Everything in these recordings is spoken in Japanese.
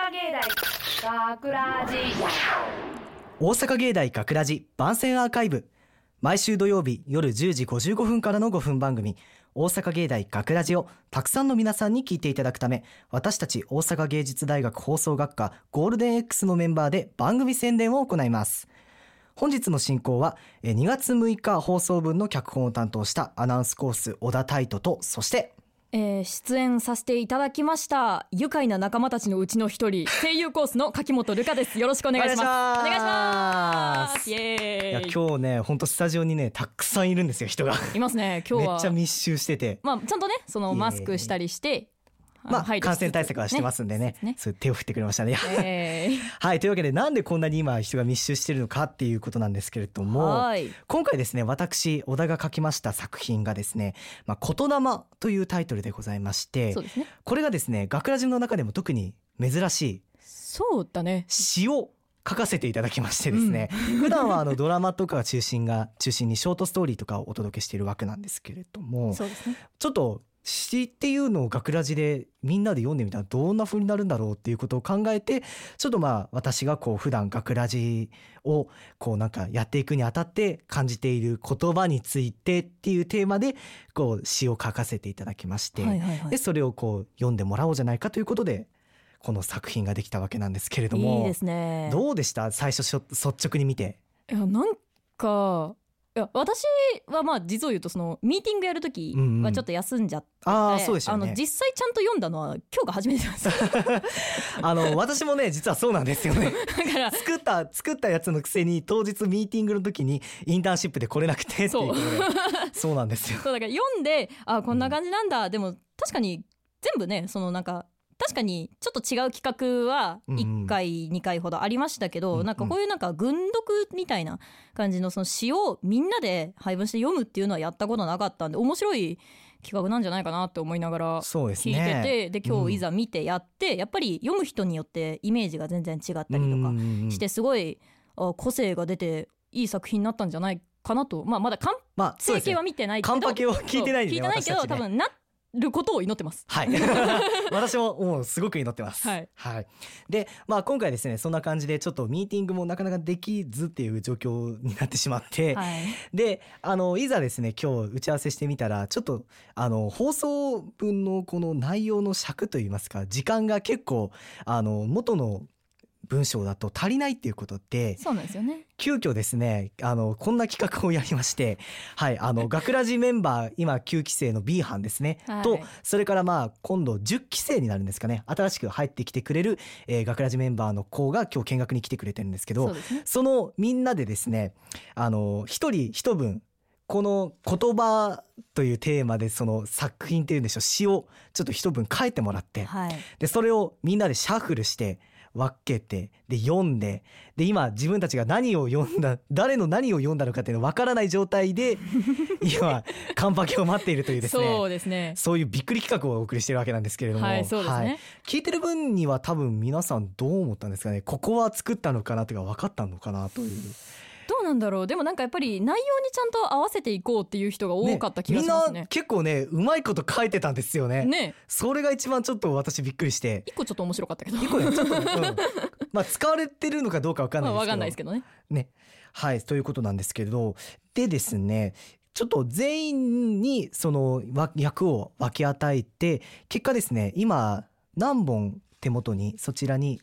阪芸大学ラジ大阪芸大学ラジ番宣アーカイブ、毎週土曜日夜10時55分からの5分番組大阪芸大学ラジをたくさんの皆さんに聞いていただくため、私たち大阪芸術大学放送学科ゴールデン X のメンバーで番組宣伝を行います。本日の進行は2月6日放送分の脚本を担当したアナウンスコース小田泰斗と、そして出演させていただきました愉快な仲間たちのうちの一人、声優コースの柿本瑠香です。よろしくお願いします。お願いします。イエーイ。 いや今日ね、本当スタジオにねたくさんいるんですよ、人がいますね。今日はめっちゃ密集してて、 ちゃんとねそのマスクしたりして感染対策はしてますんでね、そう手を振ってくれましたねはい、というわけでなんでこんなに今人が密集してるのかっていうことなんですけれども、今回ですね、私小田が書きました作品がですね、言霊というタイトルでございまして、 そうですね、 これがですね学ラジの中でも特に珍しい、 そうだね、 詩を書かせていただきましてですね、普段はドラマとかが中心にショートストーリーとかをお届けしている枠なんですけれども、 そうですね、 ちょっと詩っていうのを学ラジでみんなで読んでみたらどんな風になるんだろうっていうことを考えて、ちょっと私が普段学ラジをなんかやっていくにあたって感じている言葉についてっていうテーマで詩を書かせていただきまして、でそれを読んでもらおうじゃないかということでこの作品ができたわけなんですけれども、 いいですね。 どうでした？最初率直に見て。 いやなんか私は実を言うとそのミーティングやるときはちょっと休んじゃって、 そうでしたよね、 実際ちゃんと読んだのは今日が初めてなんですよ私もね実はそうなんですよねだから作ったやつのくせに当日ミーティングの時にインターンシップで来れなくてっていうことでそうなんですよ。 そうだから読んでこんな感じなんだ、でも確かに全部ねその確かにちょっと違う企画は1回2回ほどありましたけど、こういう群読みたいな感じのその詩をみんなで配分して読むっていうのはやったことなかったんで、面白い企画なんじゃないかなって思いながら聞いてて、で今日いざ見てやって、やっぱり読む人によってイメージが全然違ったりとかして、すごい個性が出ていい作品になったんじゃないかなと。まだ完成形は見てないけど、 完パケを聞いてないんでね、 聞いてないけど、多分なることを祈ってます。はい私もすごく祈ってます。で今回ですねそんな感じでちょっとミーティングもなかなかできずっていう状況になってしまって、でいざですね今日打ち合わせしてみたら、ちょっと放送分のこの内容の尺といいますか時間が結構元の文章だと足りないっていうことで、 そうなんですよね。 急遽ですねこんな企画をやりまして、学ラジメンバー今9期生の B 班ですね、とそれから今度10期生になるんですかね、新しく入ってきてくれる、学ラジメンバーの子が今日見学に来てくれてるんですけど、そのみんなでですね一人一文この言葉というテーマでその作品っていうんでしょう、詩をちょっと一文書いてもらって、でそれをみんなでシャッフルして分けてで読んで、で今自分たちが何を読んだ、誰の何を読んだのかっていうの分からない状態で今完パケを待っているというですね、 そうですね、 そういうびっくり企画をお送りしているわけなんですけれども、 そうですね、 聞いてる分には多分皆さんどう思ったんですかね。ここは作ったのかなというか分かったのかなという。 どうなんだろう。でもやっぱり内容にちゃんと合わせていこうっていう人が多かった気がしますね。 みんな結構ねうまいこと書いてたんですよね。それが一番ちょっと私びっくりして、 一個ちょっと面白かったけど、 一個ねちょっと、使われてるのかどうか分かんないですけど、ね。ということなんですけど、でですねちょっと全員にその役を分け与えて、結果ですね今何本手元にそちらに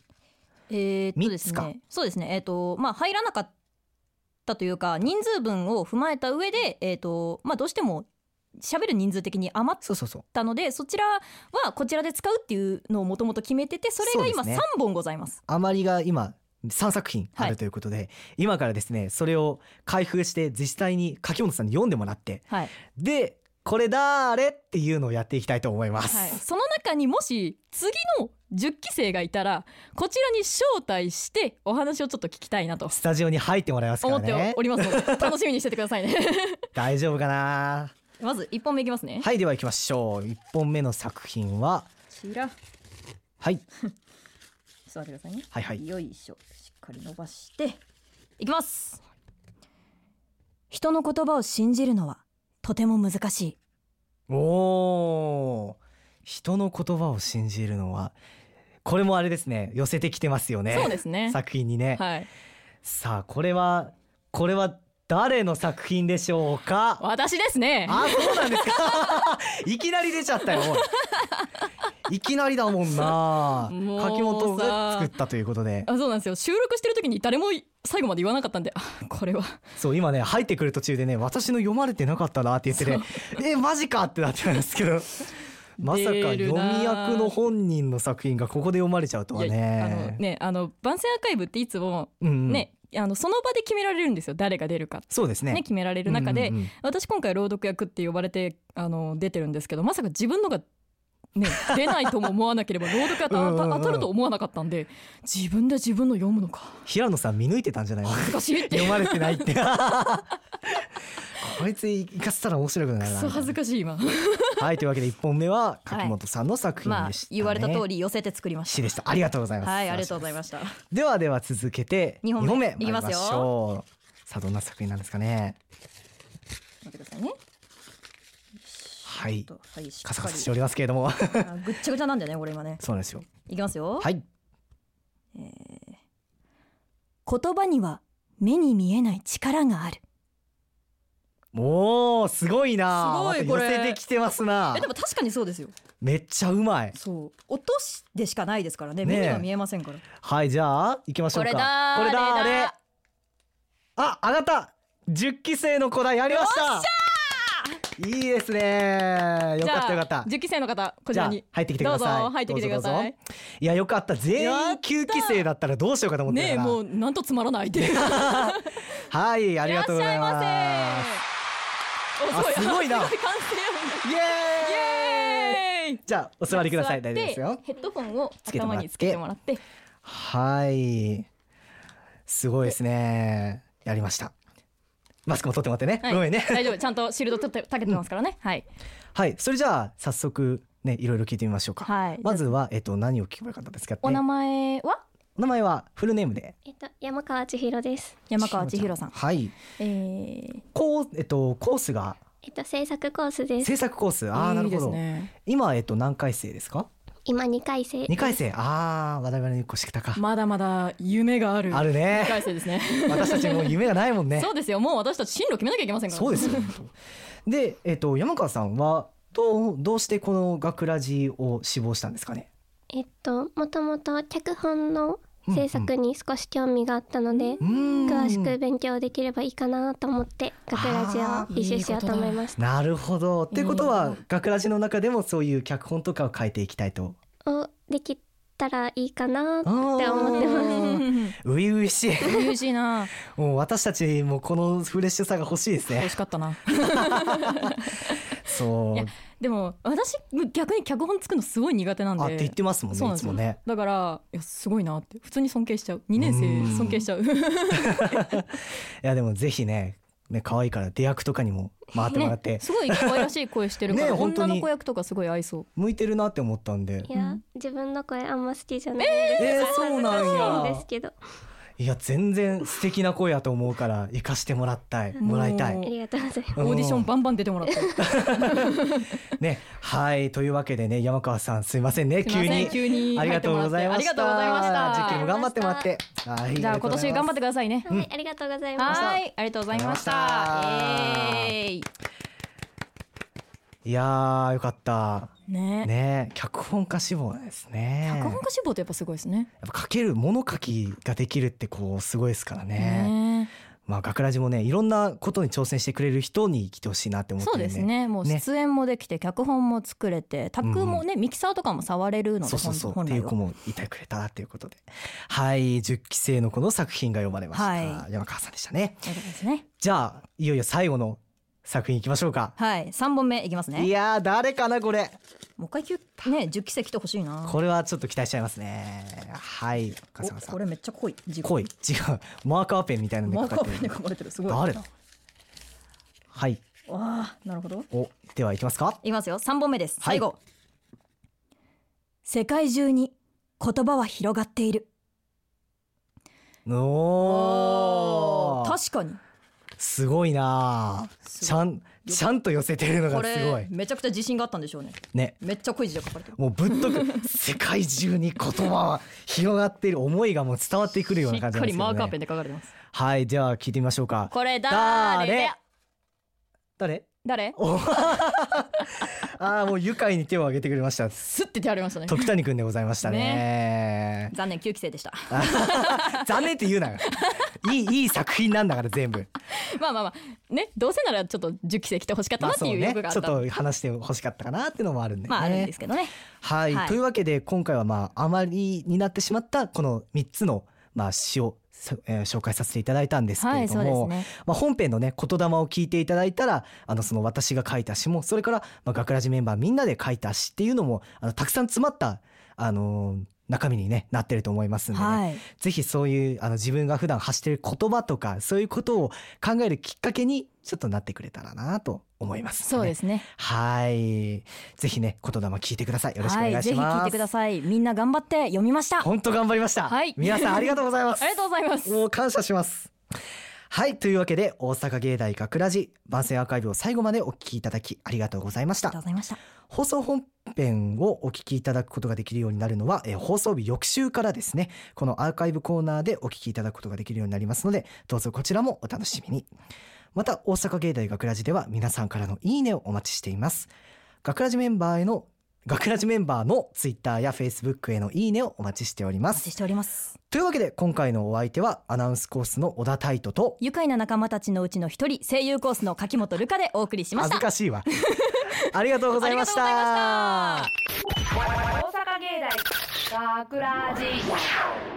3つか、 そうですね、入らなかったというか人数分を踏まえた上で、どうしても喋る人数的に余ったので、そちらはこちらで使うっていうのをもともと決めてて、それが今3本ございます。 余りが今3作品あるということで、今からですねそれを開封して実際に柿本さんに読んでもらって、でこれだーれっていうのをやっていきたいと思います。 その中にもし次の10期生がいたらこちらに招待してお話をちょっと聞きたいなと、 スタジオに入ってもらいますからね、 思っておりますので楽しみにしててくださいね大丈夫かな。 まず1本目いきますね。 では行きましょう。1本目の作品はこちら。ちょっと待ってくださいね。よいしょ、しっかり伸ばしていきます。人の言葉を信じるのはとても難しい。 人の言葉を信じるのはこれもあれですね、寄せてきてますよね。 そうですね。 作品にね。 はい。 さあこれは誰の作品でしょうか。 私ですね。 あ、そうなんですか。いきなり出ちゃったよ。おいいきなりだもんな。 もうさ柿本が作ったということで。 そうなんですよ。収録してる時に誰も最後まで言わなかったんで、これはそう今ね入ってくる途中でね、私の読まれてなかったなって言ってね、マジかってなってたんですけど。まさか読み役の本人の作品がここで読まれちゃうとはね。 番宣アーカイブっていつもうんね、その場で決められるんですよ、誰が出るか。 そうですね。 決められる中で、 うんうんうん、 私今回朗読役って呼ばれて出てるんですけど、まさか自分のがね出ないとも思わなければ朗読当たると思わなかったんで、自分で自分の読むのか。 平野さん見抜いてたんじゃないの。 恥ずかしいって読まれてないって。こいつ生かしたら面白くなるな。 クソ恥ずかしい今。 はい、というわけで1本目は柿本さんの作品でしたね。 言われた通り寄せて作りました。 でした。ありがとうございます。 はい、ありがとうございました。 では続けて2本目いきますよ。さあどんな作品なんですかね。 待ってくださいね。 はい、 はい、 カサカサしておりますけれども。 ぐっちゃぐちゃなんだよね、これ今ね。 そうなんですよ。 いきますよ。 はい。 言葉には目に見えない力がある。 おー、すごいな。 すごいこれ寄せてきてますな。 でも確かにそうですよ。 めっちゃうまい。 そう、音でしかないですからね。目には見えませんから。 はい、じゃあ行きましょうか。これだあれ。あ、上がった。10期生の子だ。やりました。よっしゃー。いいですね。よかったよかった。 10期生の方こちらに入ってきてください。 どうぞ入ってきてください。 いやよかった。全員9期生だったらどうしようかと思ってたから。 ねえ、もうなんとつまらないってはい、ありがとうございます。あ、すごいな。イエーイ。じゃあお座りください。大丈夫ですよ。 ヘッドホンを頭につけてもらって。 はい、すごいですね。やりました。マスクも取ってもらってね。ごめんね。 大丈夫。ちゃんとシールドたけてますからね。はい。 はい、それじゃあ早速ね、いろいろ聞いてみましょうか。 はい。 まずは何を聞けばよかったですか。 お名前は？ お名前はフルネームで。 山川千尋です。 山川千尋さん。 はい。コースが。 制作コースです。 制作コース。ああ、なるほど。今何回生ですか？ 今2回生。 2回生。ああ、我々の1個下か。 まだまだ夢がある。 あるね。 2回生ですね。 私たちも夢がないもんね。 そうですよ。もう私たち進路決めなきゃいけませんから。 そうですよ。で、山川さんはどうしてこの学ラジを志望したんですかね。 もともと脚本の制作に少し興味があったので、詳しく勉強できればいいかなと思って学ラジを履修しようと思いました。 なるほど。ってことは学ラジの中でもそういう脚本とかを書いていきたいと。 できたらいいかなって思ってます。 初々しい。 初々しいな。 もう私たちもこのフレッシュさが欲しいですね。 欲しかったな。 そう。 でも私逆に脚本作るのすごい苦手なんで。 って言ってますもんね。いつもね。 だからすごいなって普通に尊敬しちゃう。2年生尊敬しちゃう。いやでもぜひね可愛いから出役とかにも回ってもらって、 すごい可愛らしい声してるから、女の子役とかすごい合いそう。 向いてるなって思ったんで。 いや、自分の声あんま好きじゃないです。 そうなんや。 ですけど。 いや全然素敵な声やと思うから生かしてもらいたい。 ありがとうございます。 オーディションバンバン出てもらってね。はい、というわけでね、山川さんすいませんね、急にありがとうございました。 ありがとうございました。 実験も頑張ってもらって、 じゃあ今年頑張ってくださいね。 はい、ありがとうございました。 はい、ありがとうございました。 いやーよかったね。 脚本家志望ですね。 脚本家志望ってやっぱすごいですね。 やっぱ書ける物書きができるってすごいですからね。まあ学ラジもねいろんなことに挑戦してくれる人に来てほしいなって思ってるんで。 そうですね。もう出演もできて脚本も作れてタッグもね、ミキサーとかも触れるので、 そうっていう子もいてくれたということで、はい10期生の子の作品が読まれました、山川さんでしたね。じゃあいよいよ最後の作品いきましょうか。 はい、3本目いきますね。 いやー誰かなこれ。 もう一回ね10期生来てほしいな。 これはちょっと期待しちゃいますね。はいこれめっちゃ濃い。 違うマーカーペンみたいなので書かれてる。 マーカーペンで書かれてる。すごい。 誰だ。はい。 わあ、なるほど。 ではいきますか。 いきますよ。3本目です。最後。世界中に言葉は広がっている。 おー、 確かにすごいな。ちゃんと寄せてるのがこすごいれめちゃくちゃ自信があったんでしょうね。 ね。 めっちゃ濃い字で書かれてる。 もうぶっとく世界中に言葉は広がっている、思いがもう伝わってくるような感じなんですけどね。 しっかりマーカーペンで書かれてます。 はい、では聞いてみましょうか。 これ誰おもう愉快に手を挙げてくれました。 スッて手ありましたね。 徳谷くんでございましたね。 残念9期生でした。 残念って言うなよ。いい作品なんだから全部。 まあね、どうせならちょっと10期生来てほしかったなっていう欲があった、 ちょっと話してほしかったかなっていうのもあるんでね。 まああるんですけどね。 はい、というわけで今回は余りになってしまったこの3つの詩を紹介させていただいたんですけれども、本編のね言霊を聞いていただいたらその私が書いた詩も、それから学ラジメンバーみんなで書いた詩っていうのもたくさん詰まった中身に、ね、なってると思いますんで、ね、ぜひそういう自分が普段発している言葉とかそういうことを考えるきっかけにちょっとなってくれたらなと思います、ね、 そうですね。 はい、ぜひね言霊聞いてください。よろしくお願いします。 ぜひ聞いてください。みんな頑張って読みました。 本当頑張りました、皆さんありがとうございます。 ありがとうございます。 もう感謝します。はい、というわけで大阪芸大学ラジ番宣アーカイブを最後までお聞きいただきありがとうございました。放送本編をお聞きいただくことができるようになるのは、放送日翌週からですね、このアーカイブコーナーでお聞きいただくことができるようになりますので、どうぞこちらもお楽しみに。また大阪芸大学ラジでは皆さんからのいいねをお待ちしています。学ラジメンバーのツイッターやフェイスブックへのいいねをお待ちしております。というわけで今回のお相手はアナウンスコースの小田泰斗と愉快な仲間たちのうちの一人声優コースの柿本瑠香でお送りしました。 恥ずかしいわありがとうございました。 大阪芸大学ラジ